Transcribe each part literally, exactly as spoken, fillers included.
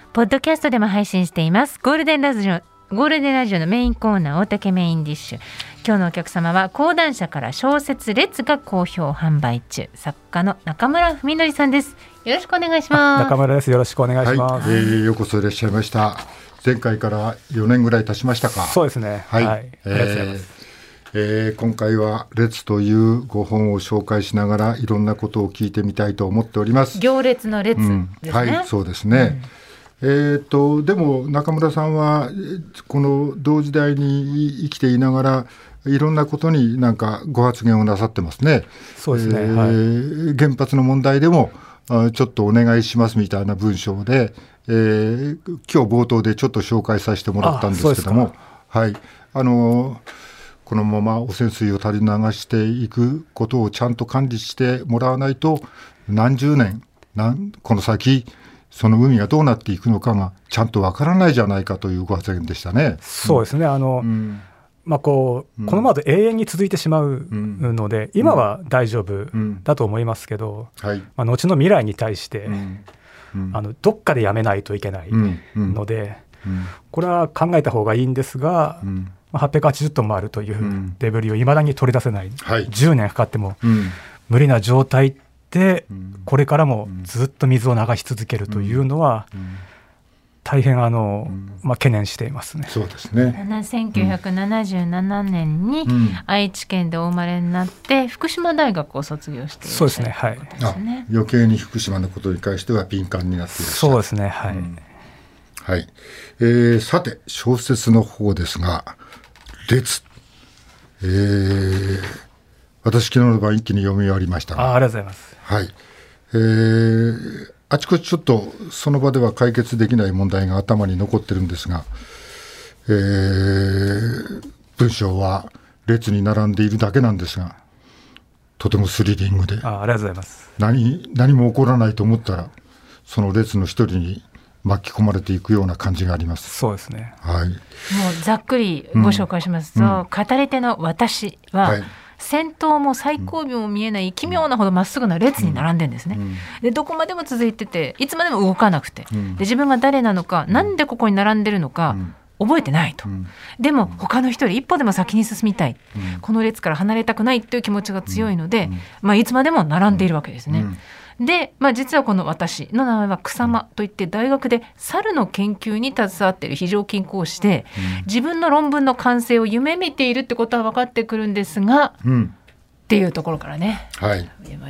ポッドキャストでも配信しています。ゴールデンラジオゴールデンラジオのメインコーナー大竹メインディッシュ。今日のお客様は講談社から小説列が好評販売中、作家の中村文則さんです。よろしくお願いします。 中村です。よろしくお願いします。 はい、えー、ようこそいらっしゃいました。前回からよねんぐらい経ちましたか。 そうですね。はい、はい、 えー、ありがとうございます。えー、今回は列というご本を紹介しながらいろんなことを聞いてみたいと思っております。 行列の列ですね、 うん、はい、そうですね、うん、えー、とでも中村さんはこの同時代に生きていながらいろんなことになんかご発言をなさってますね。 そうですね、 えーはい、原発の問題でもちょっとお願いしますみたいな文章で、えー、今日冒頭でちょっと紹介させてもらったんですけども、はい、あのこのまま汚染水を垂れ流していくことをちゃんと管理してもらわないと何十年なんこの先その海がどうなっていくのかがちゃんとわからないじゃないかというご発言でしたね。 そうですね、あの、うんまあ、こうこのままで永遠に続いてしまうので、うん、今は大丈夫だと思いますけど、うんはいまあ、後の未来に対して、うんうん、あのどっかでやめないといけないので、うんうん、これは考えた方がいいんですが、うんはっぴゃくはちじゅっトンもあるというデブリをいまだに取り出せない、うんはい、じゅうねんかかっても無理な状態でこれからもずっと水を流し続けるというのは大変あの、まあ、懸念していますね。 そうですね。 せんきゅうひゃくななじゅうななねんに愛知県でお生まれになって福島大学を卒業していらっしゃる。 そうですね、はい、 あ余計に福島のことに関しては敏感になっていらっしゃる。 そうですね、はい、 うんはいえー、さて小説の方ですが列、えー、私昨日の晩一気に読み終わりましたがあ, ありがとうございます、 はいえー、あちこちちょっとその場では解決できない問題が頭に残ってるんですが、えー、文章は列に並んでいるだけなんですがとてもスリリングであ, ありがとうございます。 何, 何も起こらないと思ったらその列の一人に巻き込まれていくような感じがあります。 そうですね、 はい、 もうざっくりご紹介しますと、うん、語り手の私は、はい、先頭も最後尾も見えない奇妙なほどまっすぐな列に並んでるんですね、うん、でどこまでも続いてていつまでも動かなくて、うん、で自分が誰なのか、うん、なんでここに並んでるのか、うん覚えてないと、うん、でも他の人より一歩でも先に進みたい、うん、この列から離れたくないという気持ちが強いので、うんまあ、いつまでも並んでいるわけですね、うん、で、まあ、実はこの私の名前は草間といって大学で猿の研究に携わっている非常勤講師で、うん、自分の論文の完成を夢見ているってことは分かってくるんですが、うん、っていうところからね、 はいうん、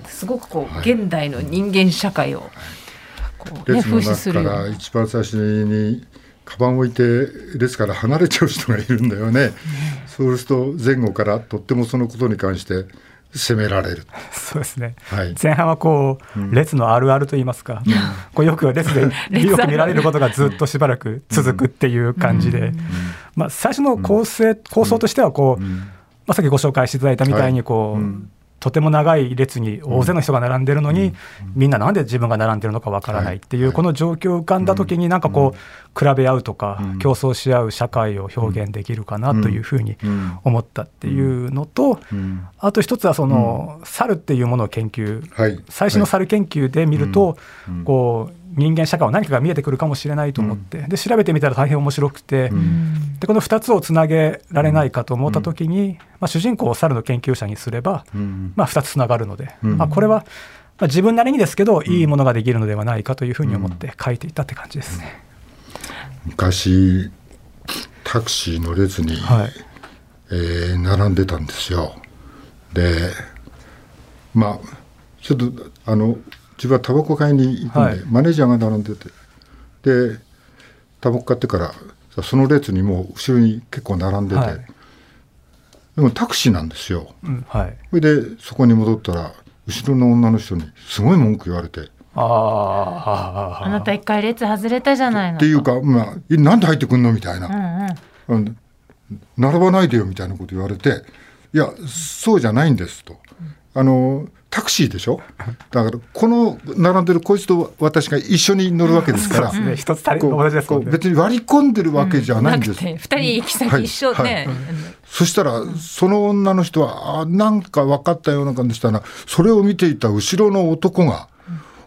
すごくこう、はい、現代の人間社会をこう、ね、風刺する。 列の中から一番最初にカバンを置いて列から離れちゃう人がいるんだよね、うん、そうすると前後からとってもそのことに関して責められる。 そうですね、はい、前半はこう、うん、列のあるあるといいますか、うん、こうよく列でよく見られることがずっとしばらく続くっていう感じで、うんまあ、最初の構成、構想としてはこう、うんまあ、さっきご紹介していただいたみたいにこう、はいうんとても長い列に大勢の人が並んでるのに、うん、みんななんで自分が並んでるのかわからないっていう、はい、この状況を浮かんだ時になんかこう、うん、比べ合うとか、うん、競争し合う社会を表現できるかなというふうに思ったっていうのと、うん、あと一つはその、うん、猿っていうものを研究、はい、最初の猿研究で見ると、はい、こう人間社会は何かが見えてくるかもしれないと思って、うん、で調べてみたら大変面白くて、うん、でこのふたつをつなげられないかと思った時に、うんまあ、主人公を猿の研究者にすれば、うんまあ、ふたつつながるので、うんまあ、これは、まあ、自分なりにですけど、うん、いいものができるのではないかというふうに思って書いていたって感じですね、 うん、昔タクシーの列に、はいえー、並んでたんですよ。でまあちょっとあの自分はタバコ買いに行くんで、はい、マネージャーが並んでてでタバコ買ってからその列にもう後ろに結構並んでて、はい、でもタクシーなんですよ、うんはい、それでそこに戻ったら後ろの女の人にすごい文句言われてああなた一回列外れたじゃないのっていうか、まあ、なんで入ってくんのみたいな、うんうん、並ばないでよみたいなこと言われていやそうじゃないんですと、あのタクシーでしょだからこの並んでるこいつと私が一緒に乗るわけですから、 うん、一つ足り同じですもんね。 別に割り込んでるわけじゃないんです、 うん、ふたり行き先一緒ね、はいはい、 そしたらその女の人はあなんか分かったような感じしたらそれを見ていた後ろの男が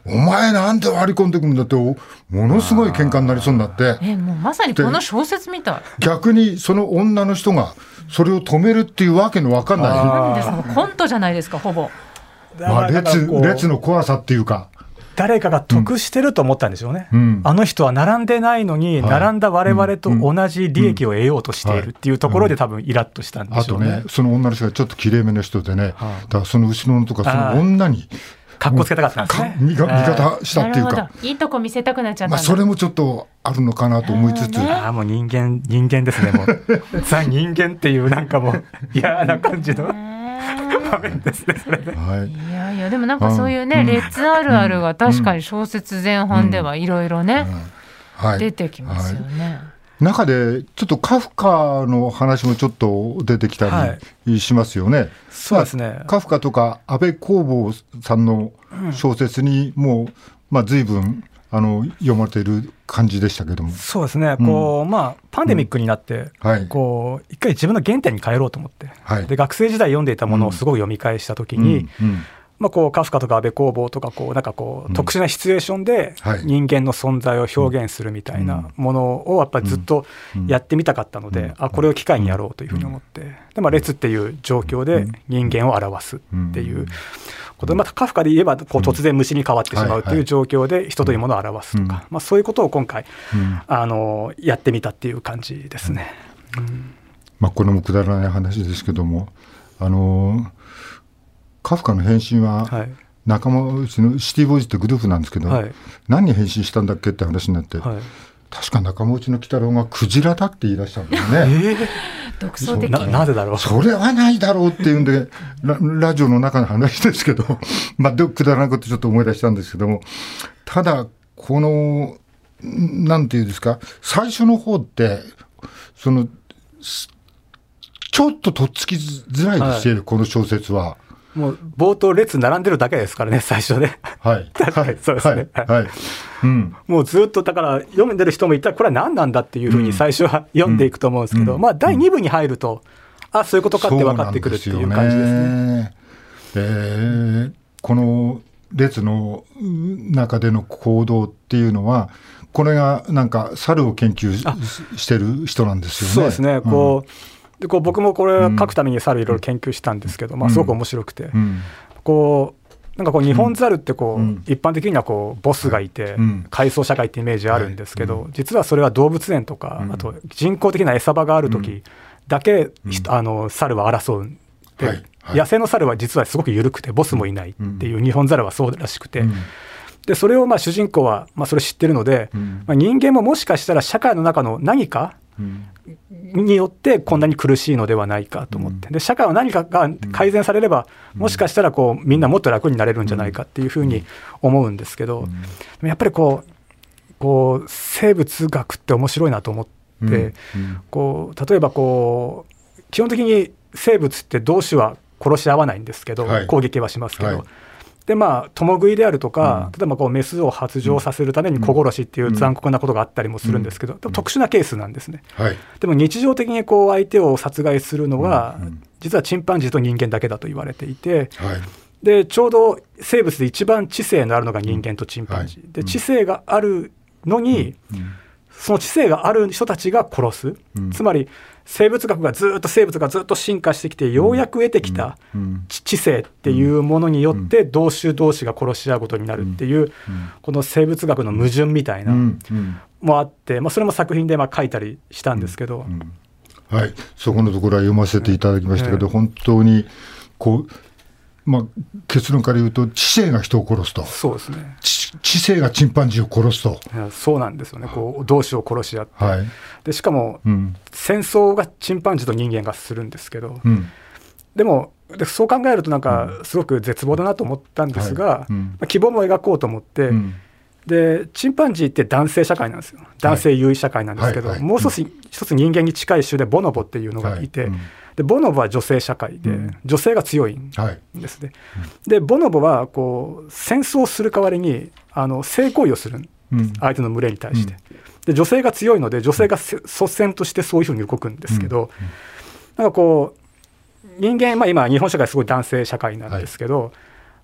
お前なんで割り込んでくるんだってものすごい喧嘩になりそうになって、 えもうまさにこの小説みたい。 逆にその女の人がそれを止めるっていうわけのわかんない、 なんでそのコントじゃないですかほぼ、 まあ、列, 列の怖さっていうか、 誰かが得してると思ったんでしょうね、 うん、 あの人は並んでないのに、はい、並んだ我々と同じ利益を得ようとしているっていうところで多分イラッとしたんでしょうね、 あとねその女の人がちょっときれいめの人でね、はあ、だからその後ろのとかその女にかっこつけたかったんですね、 味方したっていうか、 いいとこ見せたくなっちゃったんだ、 まあ、それもちょっとあるのかなと思いつつ、 ああもう人間人間ですねもうザ人間っていうなんかもう嫌な感じの場面ですねそれね、 はい、 いやいやでもなんかそういうね、うん、列あるあるが確かに小説前半ではいろいろね、うんはい、出てきますよね、はい、 中でちょっとカフカの話もちょっと出てきたりしますよね、はい、 そうですね、 カフカとか安部公房さんの小説にもう、まあ、随分あの読まれている感じでしたけども、 そうですね、こう、うんまあ、パンデミックになって、うんはい、こう一回自分の原点に帰ろうと思って、はい、で学生時代読んでいたものをすごく読み返したときに、うんうんまあ、こうカフカとか安部公房とかこうなんかこう特殊なシチュエーションで人間の存在を表現するみたいなものをやっぱりずっとやってみたかったので、あこれを機会にやろうというふうに思って、で、まあ、列っていう状況で人間を表すっていうことで、またカフカで言えばこう突然虫に変わってしまうという状況で人というものを表すとか、まあ、そういうことを今回あのやってみたっていう感じですね、うんまあ、これもくだらない話ですけども、あのカフカの返信は仲間うちのシティボーイズってグループなんですけど、はい、何に返信したんだっけって話になって、はい、確か仲間うちの鬼太郎がクジラだって言い出したんだよね、 えー、独創的な, なぜだろうそれはないだろうっていうんで ラ, ラジオの中の話ですけどまあくだらないことちょっと思い出したんですけども、ただこのなんていうんですか、最初の方ってそのちょっととっつきづらいですよ、はい、この小説はもう冒頭列並んでるだけですからね最初で、 はい、 確かにそうですね、はいはいうん、もうずっとだから読んでる人もいたらこれは何なんだっていうふうに最初は読んでいくと思うんですけど、うんまあ、だいに部に入ると、うん、あそういうことかって分かってくるっていう感じですね。 えー、この列の中での行動っていうのはこれがなんか猿を研究 し, してる人なんですよね。 そうですね、こう、うんでこう僕もこれを書くために猿いろいろ研究したんですけど、うんまあ、すごく面白くて、うん、こうなんかこう日本猿ってこう、うん、一般的にはこうボスがいて、うん、階層社会ってイメージあるんですけど、はい、実はそれは動物園とか、うん、あと人工的な餌場がある時だけ、うん、あの猿は争うんで、はいはい、野生の猿は実はすごく緩くてボスもいないっていう、日本猿はそうらしくて、うんでそれをまあ主人公はまあそれ知ってるので、うんまあ、人間ももしかしたら社会の中の何かによってこんなに苦しいのではないかと思って、で社会は何かが改善されればもしかしたらこうみんなもっと楽になれるんじゃないかっていうふうに思うんですけど、やっぱりこう、こう生物学って面白いなと思って、こう例えばこう基本的に生物って同種は殺し合わないんですけど、攻撃はしますけど、はいでまあ、共食いであるとか、うん、例えばこうメスを発情させるために子殺しっていう残酷なことがあったりもするんですけど、うん、特殊なケースなんですね、はい、でも日常的にこう相手を殺害するのは、うん、実はチンパンジーと人間だけだと言われていて、はい、でちょうど生物で一番知性のあるのが人間とチンパンジー、はい、で知性があるのに、うんうんその知性がある人たちが殺す、うん、つまり生物学がずっと生物がずっと進化してきてようやく得てきた知性っていうものによって同種同士が殺し合うことになるっていうこの生物学の矛盾みたいなもあって、まあ、それも作品でまあ書いたりしたんですけど、うんうん、はい、そこのところは読ませていただきましたけど、本当にこうまあ、結論から言うと知性が人を殺すと。 そうですね、 知性がチンパンジーを殺すと。 いやそうなんですよね、こう同種を殺し合って、はい、でしかも、うん、戦争がチンパンジーと人間がするんですけど、うん、でもでそう考えるとなんかすごく絶望だなと思ったんですが、はいうんまあ、希望も描こうと思って、うん、でチンパンジーって男性社会なんですよ、男性優位社会なんですけど、はいはいはい、もう一つ、うん、一つ人間に近い種でボノボっていうのがいて、はいうんでボノボは女性社会で、うん、女性が強いんですね、はいうん、でボノボはこう戦争をする代わりにあの性行為をするんです、うん、相手の群れに対して、うん、で女性が強いので女性が率先としてそういうふうに動くんですけど、うん、なんかこう人間、まあ、今日本社会すごい男性社会なんですけど、はい、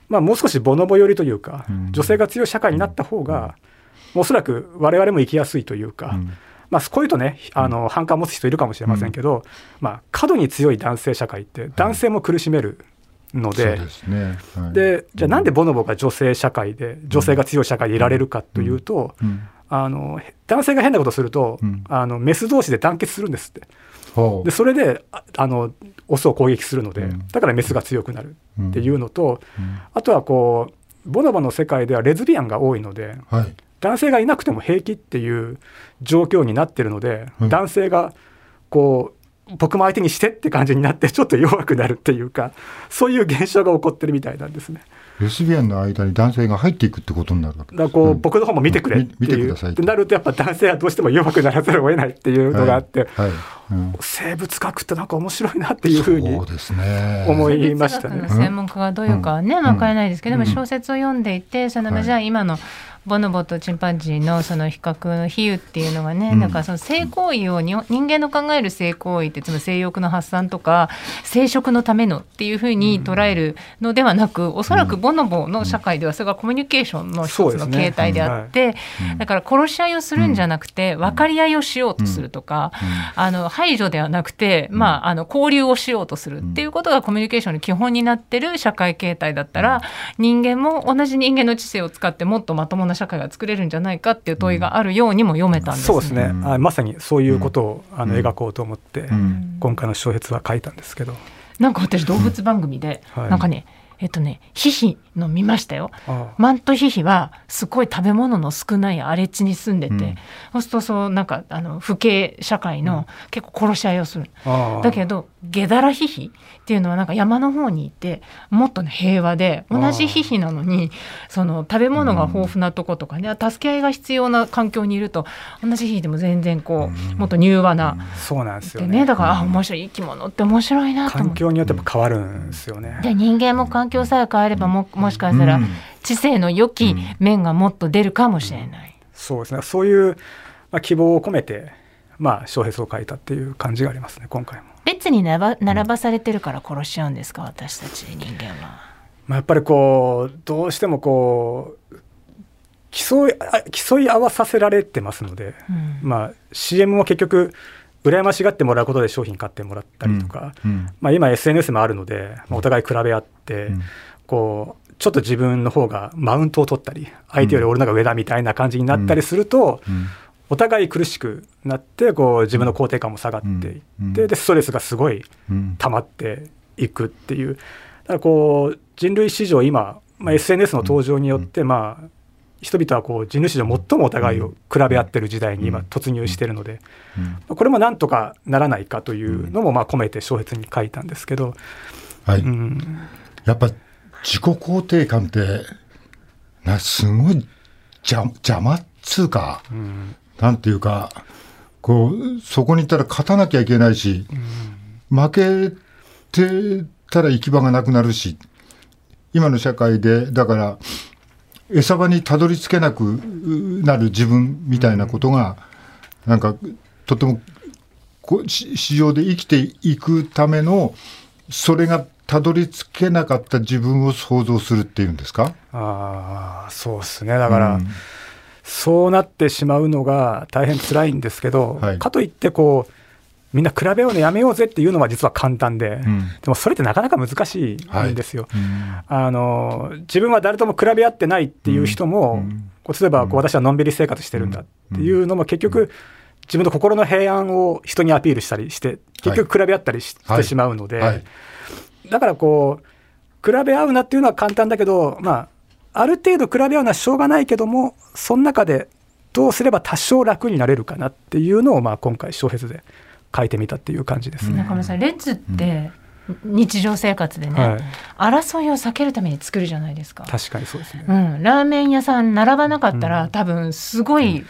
まあ、もう少しボノボ寄りというか、うん、女性が強い社会になった方が、うん、おそらく我々も生きやすいというか、うんまあ、こういうとねあの反感を持つ人いるかもしれませんけど、うんまあ、過度に強い男性社会って男性も苦しめるので、はい、そうですねはい、でじゃあなんでボノボが女性社会で女性が強い社会でいられるかというと、うんうん、あの男性が変なことをすると、うん、あのメス同士で団結するんですって。でそれであのオスを攻撃するので、うん、だからメスが強くなるっていうのと、うん、あとはこうボノボの世界ではレズビアンが多いので、はい、男性がいなくても平気っていう状況になってるので、うん、男性がこう僕も相手にしてって感じになってちょっと弱くなるっていうか、そういう現象が起こってるみたいなんですね。 レズビアンの間に男性が入っていくってことになるわけだからこう、うん、僕の方も見てくれっていう、見てくださいってなるとやっぱ男性はどうしても弱くならざるを得ないっていうのがあって、はいはいうん、生物学ってなんか面白いなっていうふうに思いましたね。 生物学の専門家がどういうかはね、うん、分からないですけど、うん、でも小説を読んでいてその、はい、じゃあ今のボノボとチンパンジーのその比較の比喩っていうのがね、うん、だからその性行為を人間の考える性行為ってつまり性欲の発散とか生殖のためのっていうふうに捉えるのではなく、おそらくボノボの社会ではそれがコミュニケーションの一つの形態であって、だから殺し合いをするんじゃなくて分かり合いをしようとするとか、あの排除ではなくて、まあ、あの交流をしようとするっていうことがコミュニケーションの基本になってる社会形態だったら、人間も同じ人間の知性を使ってもっとまともな社会が作れるんじゃないかっていう問いがあるようにも読めたんですね。 そうですね、あまさにそういうことをあの描こうと思って、うん、今回の小説は書いたんですけど、 なんか私動物番組で、うんはい、なんかねえっとねヒヒの見ましたよ。マントヒヒはすごい食べ物の少ない荒れ地に住んでて、うん、そうするとそうなんかあの父系社会の結構殺し合いをする、うん、だけどゲダラヒヒっていうのはなんか山の方にいてもっと、ね、平和で同じヒヒなのにその食べ物が豊富なとことかね、うん、助け合いが必要な環境にいると同じヒヒでも全然こう、うん、もっと柔和な、うん、 そうなんですよね。 でねだから、うん、あ面白い生き物って面白いなと思って。 環境によってやっぱ変わるんですよね。 で人間も環境さえ変えれば も, もしかしたら知性の良き面がもっと出るかもしれない、うんうん、 そうですね。そういう、まあ、希望を込めて、まあ、小説を書いたっていう感じがありますね今回も。 列に並ば、並ばされてるから殺しちゃうんですか私たち人間は。 まあ、やっぱりこうどうしてもこう競い、競い合わさせられてますので、うんまあ、シーエム も結局羨ましがってもらうことで商品買ってもらったりとか、うんうんまあ、今 エスエヌエス もあるので、まあ、お互い比べ合って、うん、こうちょっと自分の方がマウントを取ったり相手より俺の方が上だみたいな感じになったりすると、うんうん、お互い苦しくなってこう自分の肯定感も下がっていって、うん、でストレスがすごい溜まっていくっていう。だからこう人類史上今、まあ、エスエヌエス の登場によって、まあ、人々はこう人類史上最もお互いを比べ合ってる時代に今突入しているので、これもなんとかならないかというのもまあ込めて小説に書いたんですけど、 はいうん、やっぱ自己肯定感ってなすごい邪, 邪魔っつうか、うん、なんていうかこうそこに行ったら勝たなきゃいけないし、うん、負けてたら行き場がなくなるし、今の社会でだから餌場にたどり着けなくなる自分みたいなことが、うん、なんかとてもこう市場で生きていくためのそれがたどり着けなかった自分を想像するっていうんですか。 ああそうですね。だから、うん、そうなってしまうのが大変辛いんですけど、はい、かといってこうみんな比べようのやめようぜっていうのは実は簡単で、うん、でもそれってなかなか難しいんですよ、はいうん、あの自分は誰とも比べ合ってないっていう人も、うん、こう例えばこう私はのんびり生活してるんだっていうのも結局自分の心の平安を人にアピールしたりして結局比べ合ったり し,、はい、してしまうので、はいはい、だからこう比べ合うなっていうのは簡単だけど、まあ、ある程度比べ合うのはしょうがないけどもその中でどうすれば多少楽になれるかなっていうのを、まあ、今回小説で書いてみたっていう感じですね。 中村さん列って日常生活でね、はい、争いを避けるために作るじゃないですか。 確かにそうですね、 うん、ラーメン屋さん並ばなかったら、うん、多分すごい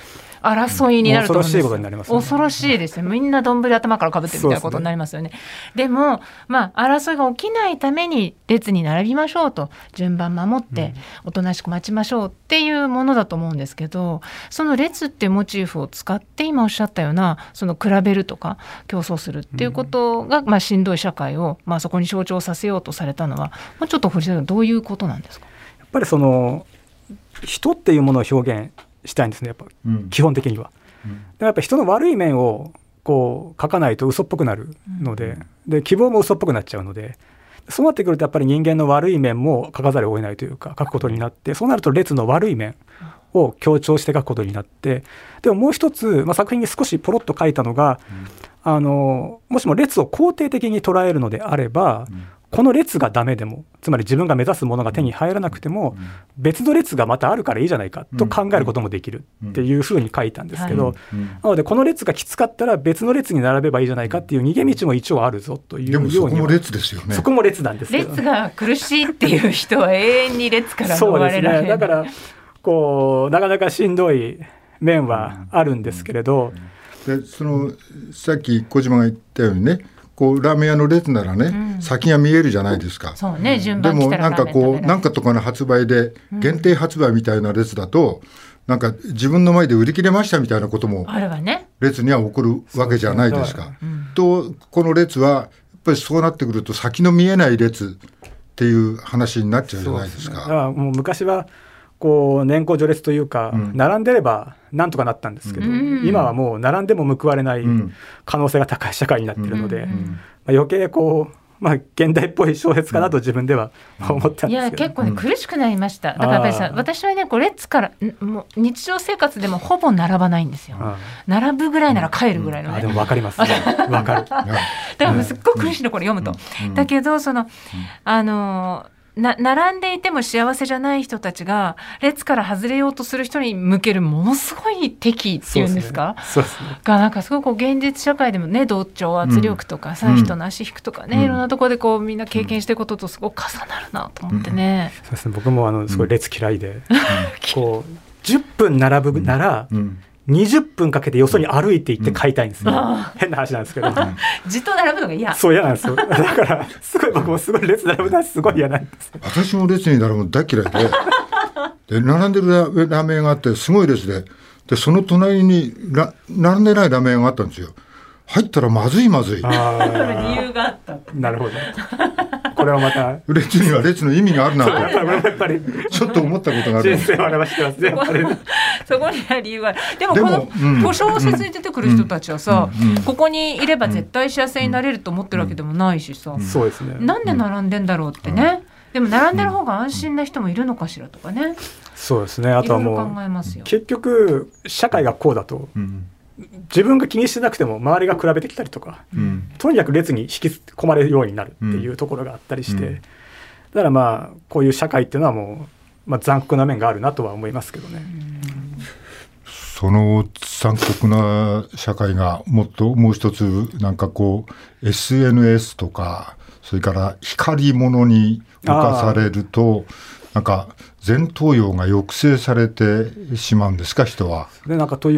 争いになると思うんですよ。 恐ろしいことになりますね。 恐ろしいですよ。みんなどんぶり頭からかぶってるみたいなことになりますよね。でも、まあ、争いが起きないために列に並びましょうと、順番守っておとなしく待ちましょうっていうものだと思うんですけど、その列っていうモチーフを使って今おっしゃったようなその比べるとか競争するっていうことが、まあ、しんどい社会を、まあ、そこに象徴させようとされたのは、まあ、ちょっと堀さんどういうことなんですか。 やっぱりその人っていうものを表現したいんですね、やっぱ、うん、基本的には、うん、でもやっぱ人の悪い面をこう書かないと嘘っぽくなるので、うん、で希望も嘘っぽくなっちゃうので、そうなってくるとやっぱり人間の悪い面も書かざるを得ないというか、書くことになって、そうなると列の悪い面を強調して書くことになって、でももう一つ、まあ、作品に少しポロッと書いたのが、うん、あのもしも列を肯定的に捉えるのであれば、うん、この列がダメでも、つまり自分が目指すものが手に入らなくても、うん、別の列がまたあるからいいじゃないかと考えることもできるっていうふうに書いたんですけど、うんうん、なのでこの列がきつかったら別の列に並べばいいじゃないかっていう逃げ道も一応あるぞというように。 でもそこも列ですよね。 そこも列なんですけど、 列が苦しいっていう人は永遠に列から逃れられない。 そうですね、だからこうなかなかしんどい面はあるんですけれど、 でそのさっき小島が言ったようにね、こうラーメン屋の列ならね、うん、先が見えるじゃないですか。 そうね、順番来たらでもなんかこうなんかとかの発売で限定発売みたいな列だと、うん、なんか自分の前で売り切れましたみたいなことも列には起こるわけじゃないですか。うん、とこの列はやっぱりそうなってくると先の見えない列っていう話になっちゃうじゃないですか。 そうですね、だからもう昔はこう年功序列というか、うん、並んでればなんとかなったんですけど、うん、今はもう並んでも報われない可能性が高い社会になっているので、うんうん、まあ、余計こう、まあ、現代っぽい小説かなと自分では思ったんですけど、 いや結構ね苦しくなりました。だからやっぱりさ、私はねこう列からもう日常生活でもほぼ並ばないんですよ。並ぶぐらいなら帰るぐらいのね、 あでも分かりますね、分かるだからすっごく苦しいのこれ読むと、うん、だけどそのあのな並んでいても幸せじゃない人たちが列から外れようとする人に向けるものすごい敵っていうんですか、 そうですね、そうですね、 がなんかすごく現実社会でもね、同調圧力とかさ、うん、人の足引くとかね、うん、いろんなところでこうみんな経験してることとすごく重なるなと思ってね、うん、 そうですね、僕もあのすごい列嫌いで、うん、こうじゅっぷん並ぶなら、うんうん、にじゅっぷんかけてよそに歩いて行って買いたいんですよ、うん、変な話なんですけど、うん、 じっと並ぶのが嫌。 そう嫌なんですよ。だからすごい僕もすごい列並ぶのはすごい嫌なんです。 私も列に並ぶの大嫌いでで並んでるラーメンがあってすごい列で、でその隣にラ並んでないラーメンがあったんですよ。入ったらまずいまずい。 あ理由があった。 なるほど。これはまた列には列の意味があるなとやっぱりちょっと思ったことがある。 人生を表してますね。 そこには理由がある。でもこの小説に出てくる人たちはさ、うんうん、ここにいれば絶対幸せになれると思ってるわけでもないしさ、 そうですね、 なんで並んでんだろうってね、うん、でも並んでる方が安心な人もいるのかしらとかね、 そうですね、あとはもう結局社会がこうだと、うん、自分が気にしてなくても周りが比べてきたりとか、うん、とにかく列に引き込まれるようになるっていうところがあったりして、うん、だからまあこういう社会っていうのはもう、まあ、残酷な面があるなとは思いますけどね、うん、 その残酷な社会がもっともう一つなんかこう エスエヌエス とかそれから光り物に侵されるとなんか前頭葉が抑制されてしまうんですか、人は。 でなんかという、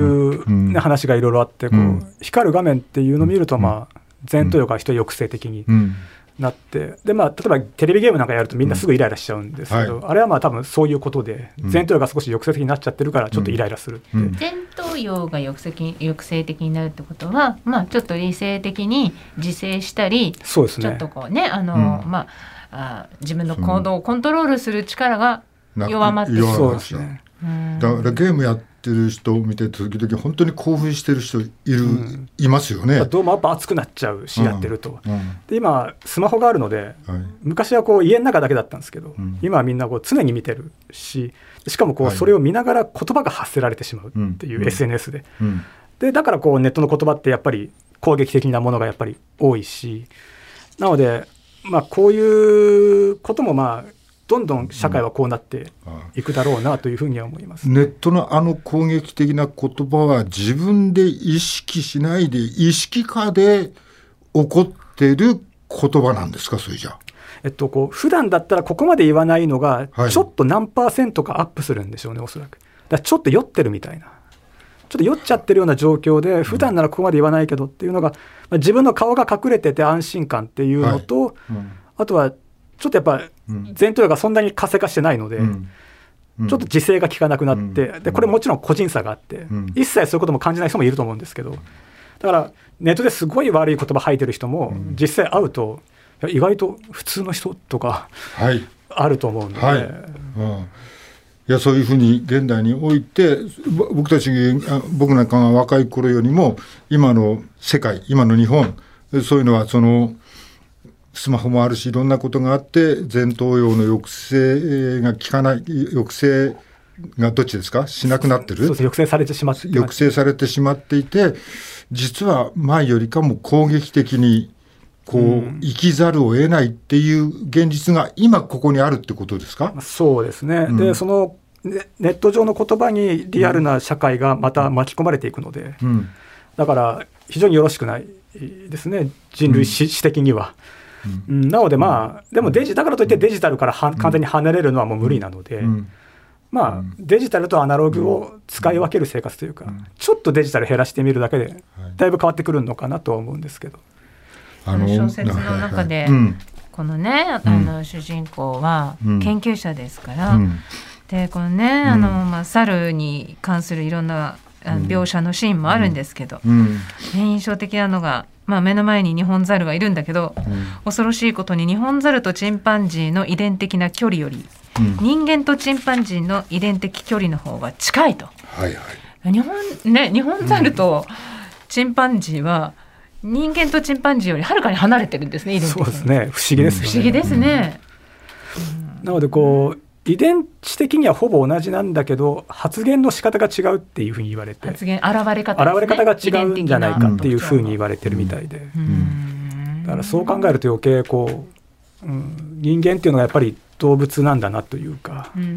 ね、うん、話がいろいろあってこう、うん、光る画面っていうのを見ると、まあ、前頭葉が人抑制的になって、うん、でまあ、例えばテレビゲームなんかやるとみんなすぐイライラしちゃうんですけど、うんはい、あれはまあ多分そういうことで、うん、前頭葉が少し抑制的になっちゃってるからちょっとイライラするって、うんうん、 前頭葉が抑制的、抑制的になるってことは、まあ、ちょっと理性的に自制したり、 そうですね、 ちょっとこうねあの、うんまあ、あ自分の行動をコントロールする力が弱まってる。 そうですね、だからゲームやってる人を見て時々本当に興奮してる人いる、うん、いますよね。 どうもやっぱ熱くなっちゃうし、やってると、うんうん、で今スマホがあるので、はい、昔はこう家の中だけだったんですけど、うん、今はみんなこう常に見てるし、しかもこうそれを見ながら言葉が発せられてしまうっていう、はい、エスエヌエス で、うん、でだからこうネットの言葉ってやっぱり攻撃的なものがやっぱり多いし、なので、まあ、こういうこともまあどんどん社会はこうなっていくだろうなというふうには思います。 ネットのあの攻撃的な言葉は自分で意識しないで意識下で起こってる言葉なんですか、それじゃ。 えっと、こう普段だったらここまで言わないのがちょっと何パーセントかアップするんでしょうね、はい、おそらく。だからちょっと酔ってるみたいなちょっと酔っちゃってるような状況で普段ならここまで言わないけどっていうのが、まあ、自分の顔が隠れてて安心感っていうのと、はいうん、あとはちょっとやっぱ前頭葉がそんなに活性化してないので、うんうん、ちょっと自制が効かなくなって、うん、でこれもちろん個人差があって、うん、一切そういうことも感じない人もいると思うんですけど、だからネットですごい悪い言葉吐いてる人も実際会うと意外と普通の人とかあると思うんで、はいはいうん、 いやそういうふうに現代において僕たち僕なんかが若い頃よりも今の世界今の日本そういうのはそのスマホもあるしいろんなことがあって前頭葉の抑制が効かない抑制がどっちですかしなくなってる。 そうです抑制されてしまって抑制されてしまっていて実は前よりかも攻撃的にこう、うん、生きざるを得ないっていう現実が今ここにあるってことですか。 そうですね、うん、でそのネット上の言葉にリアルな社会がまた巻き込まれていくので、うん、だから非常によろしくないですね人類史的には、うん、なのでまあでもデジだからといってデジタルからは完全に離れるのはもう無理なので、うんまあ、デジタルとアナログを使い分ける生活というか、うん、ちょっとデジタル減らしてみるだけでだいぶ変わってくるのかなとは思うんですけど、 あの小説の中で、うん、このねあの主人公は研究者ですから、うん、でこのね、うんあのまあ、猿に関するいろんな描写のシーンもあるんですけど、うんね、印象的なのが、まあ、目の前にニホンザルがいるんだけど、うん、恐ろしいことにニホンザルとチンパンジーの遺伝的な距離よりうん、人間とチンパンジーの遺伝的距離の方が近いと、はいはい、日本ね日本ザルとチンパンジーは人間とチンパンジーよりはるかに離れてるんですね遺伝的に。 そうですね不思議ですよね、 不思議ですね、 うん、なのでこう遺伝子的にはほぼ同じなんだけど発言の仕方が違うっていうふうに言われて発言現れ方ですね、 現れ方が違うんじゃないかっていうふうに言われてるみたいで、うん、だからそう考えると余計こう、うん、人間っていうのがやっぱり動物なんだなというか、うんうん、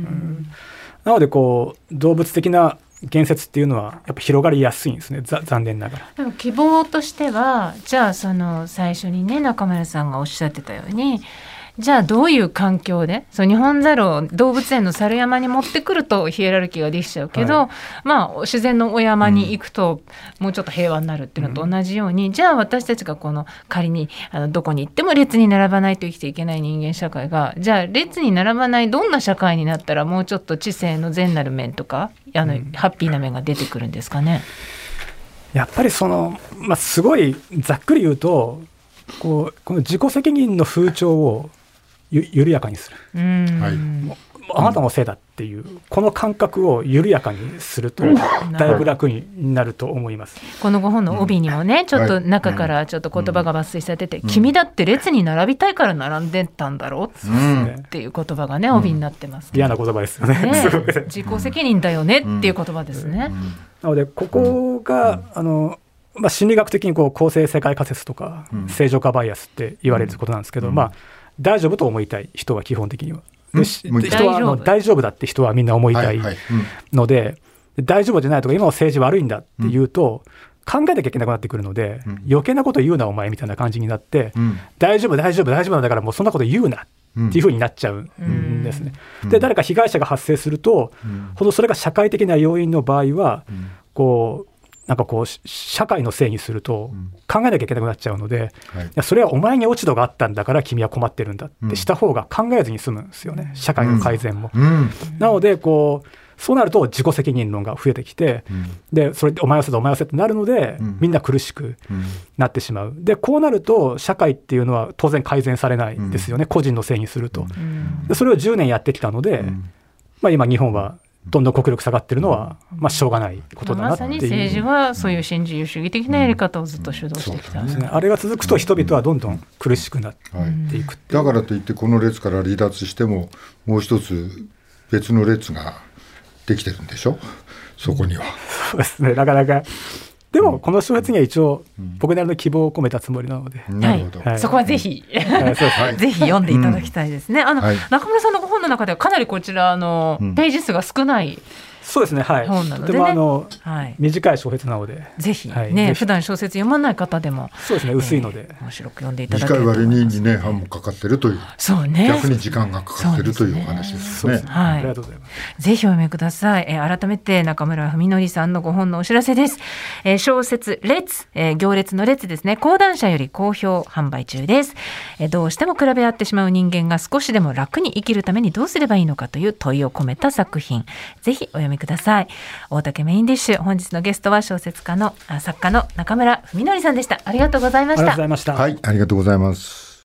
なのでこう動物的な言説っていうのはやっぱ広がりやすいんですね残念ながら。 でも希望としてはじゃあその最初にね中村さんがおっしゃってたようにじゃあどういう環境でそうニホンザルを動物園の猿山に持ってくるとヒエラルキーができちゃうけど、はい、まあ自然のお山に行くともうちょっと平和になるっていうのと同じように、うん、じゃあ私たちがこの仮にあのどこに行っても列に並ばないと生きていけない人間社会がじゃあ列に並ばないどんな社会になったらもうちょっと知性の善なる面とかあの、うん、ハッピーな面が出てくるんですかね。 やっぱりその、まあ、すごいざっくり言うとこうこの自己責任の風潮をゆ緩やかにする、うんはい、もうあなたのせいだっていう、うん、この感覚を緩やかにするとだいぶ楽になると思います。 このご本の帯にもね、うん、ちょっと中からちょっと言葉が抜粋されてて、うん、君だって列に並びたいから並んでたんだろう、うん、っていう言葉がね帯になってますけど、 嫌な言葉ですよね、ね自己責任だよねっていう言葉ですね、うんうん、 なのでここが、うん、あのまあ、心理学的にこう公正世界仮説とか、うん、正常化バイアスって言われることなんですけど、うんまあ大丈夫と思いたい人は基本的にはで人はあの大丈夫だって人はみんな思いたいので、はいはいうん、大丈夫じゃないとか今の政治悪いんだって言うと、うん、考えなきゃいけなくなってくるので、うん、余計なこと言うなお前みたいな感じになって、うん、大丈夫大丈夫大丈夫なんだからもうそんなこと言うなっていう風になっちゃうんですね、うん、で誰か被害者が発生すると、うん、ほどそれが社会的な要因の場合は、うん、こうなんかこう社会のせいにすると考えなきゃいけなくなっちゃうので、うんはい、いやそれはお前に落ち度があったんだから君は困ってるんだってした方が考えずに済むんですよね、うん、社会の改善も、うん、なのでこうそうなると自己責任論が増えてきて、うん、でそれでお前のせいだお前のせいってなるので、うん、みんな苦しくなってしまう。でこうなると社会っていうのは当然改善されないですよね、うん、個人のせいにすると、うん、でそれをじゅうねんやってきたので、うんまあ、今日本はどんどん国力下がってるのは、まあ、しょうがないことだなっていう、まさに政治はそういう新自由主義的なやり方をずっと主導してきた、うんですね、あれが続くと人々はどんどん苦しくなっていくっていう、 はい、だからといってこの列から離脱してももう一つ別の列ができてるんでしょそこには。 そうですねなかなかでもこの小説には一応僕なりの希望を込めたつもりなので、 うんはい、はい、そこはぜひ、はい、ぜひ読んでいただきたいですね、うん、あの、はい、中村さんのご本の中ではかなりこちらのページ数が少ないそうですね、はい、 本なのでね、 とてもあの、 はい、 短い小説なのでぜひ、 はい、 ね、 ぜひ普段小説読まない方でもそうですね、薄いので、 えー、面白く読んでいただけると短い思います。 割ににねんはんもかかってるという、 そうね、 逆に時間がかかってるというお話ですね。 はい、 ありがとうございます。 ぜひお読みください。えー、改めて中村文則さんのご本のお知らせです。えー、小説列、えー、行列の列ですね、講談社より好評販売中です。えー、どうしても比べ合ってしまう人間が少しでも楽に生きるためにどうすればいいのかという問いを込めた作品、ぜひお読みください。大竹メインディッシュ、本日のゲストは小説家の作家の中村文則さんでした。ありがとうございました。 ありがとうございました。 はい、ありがとうございます。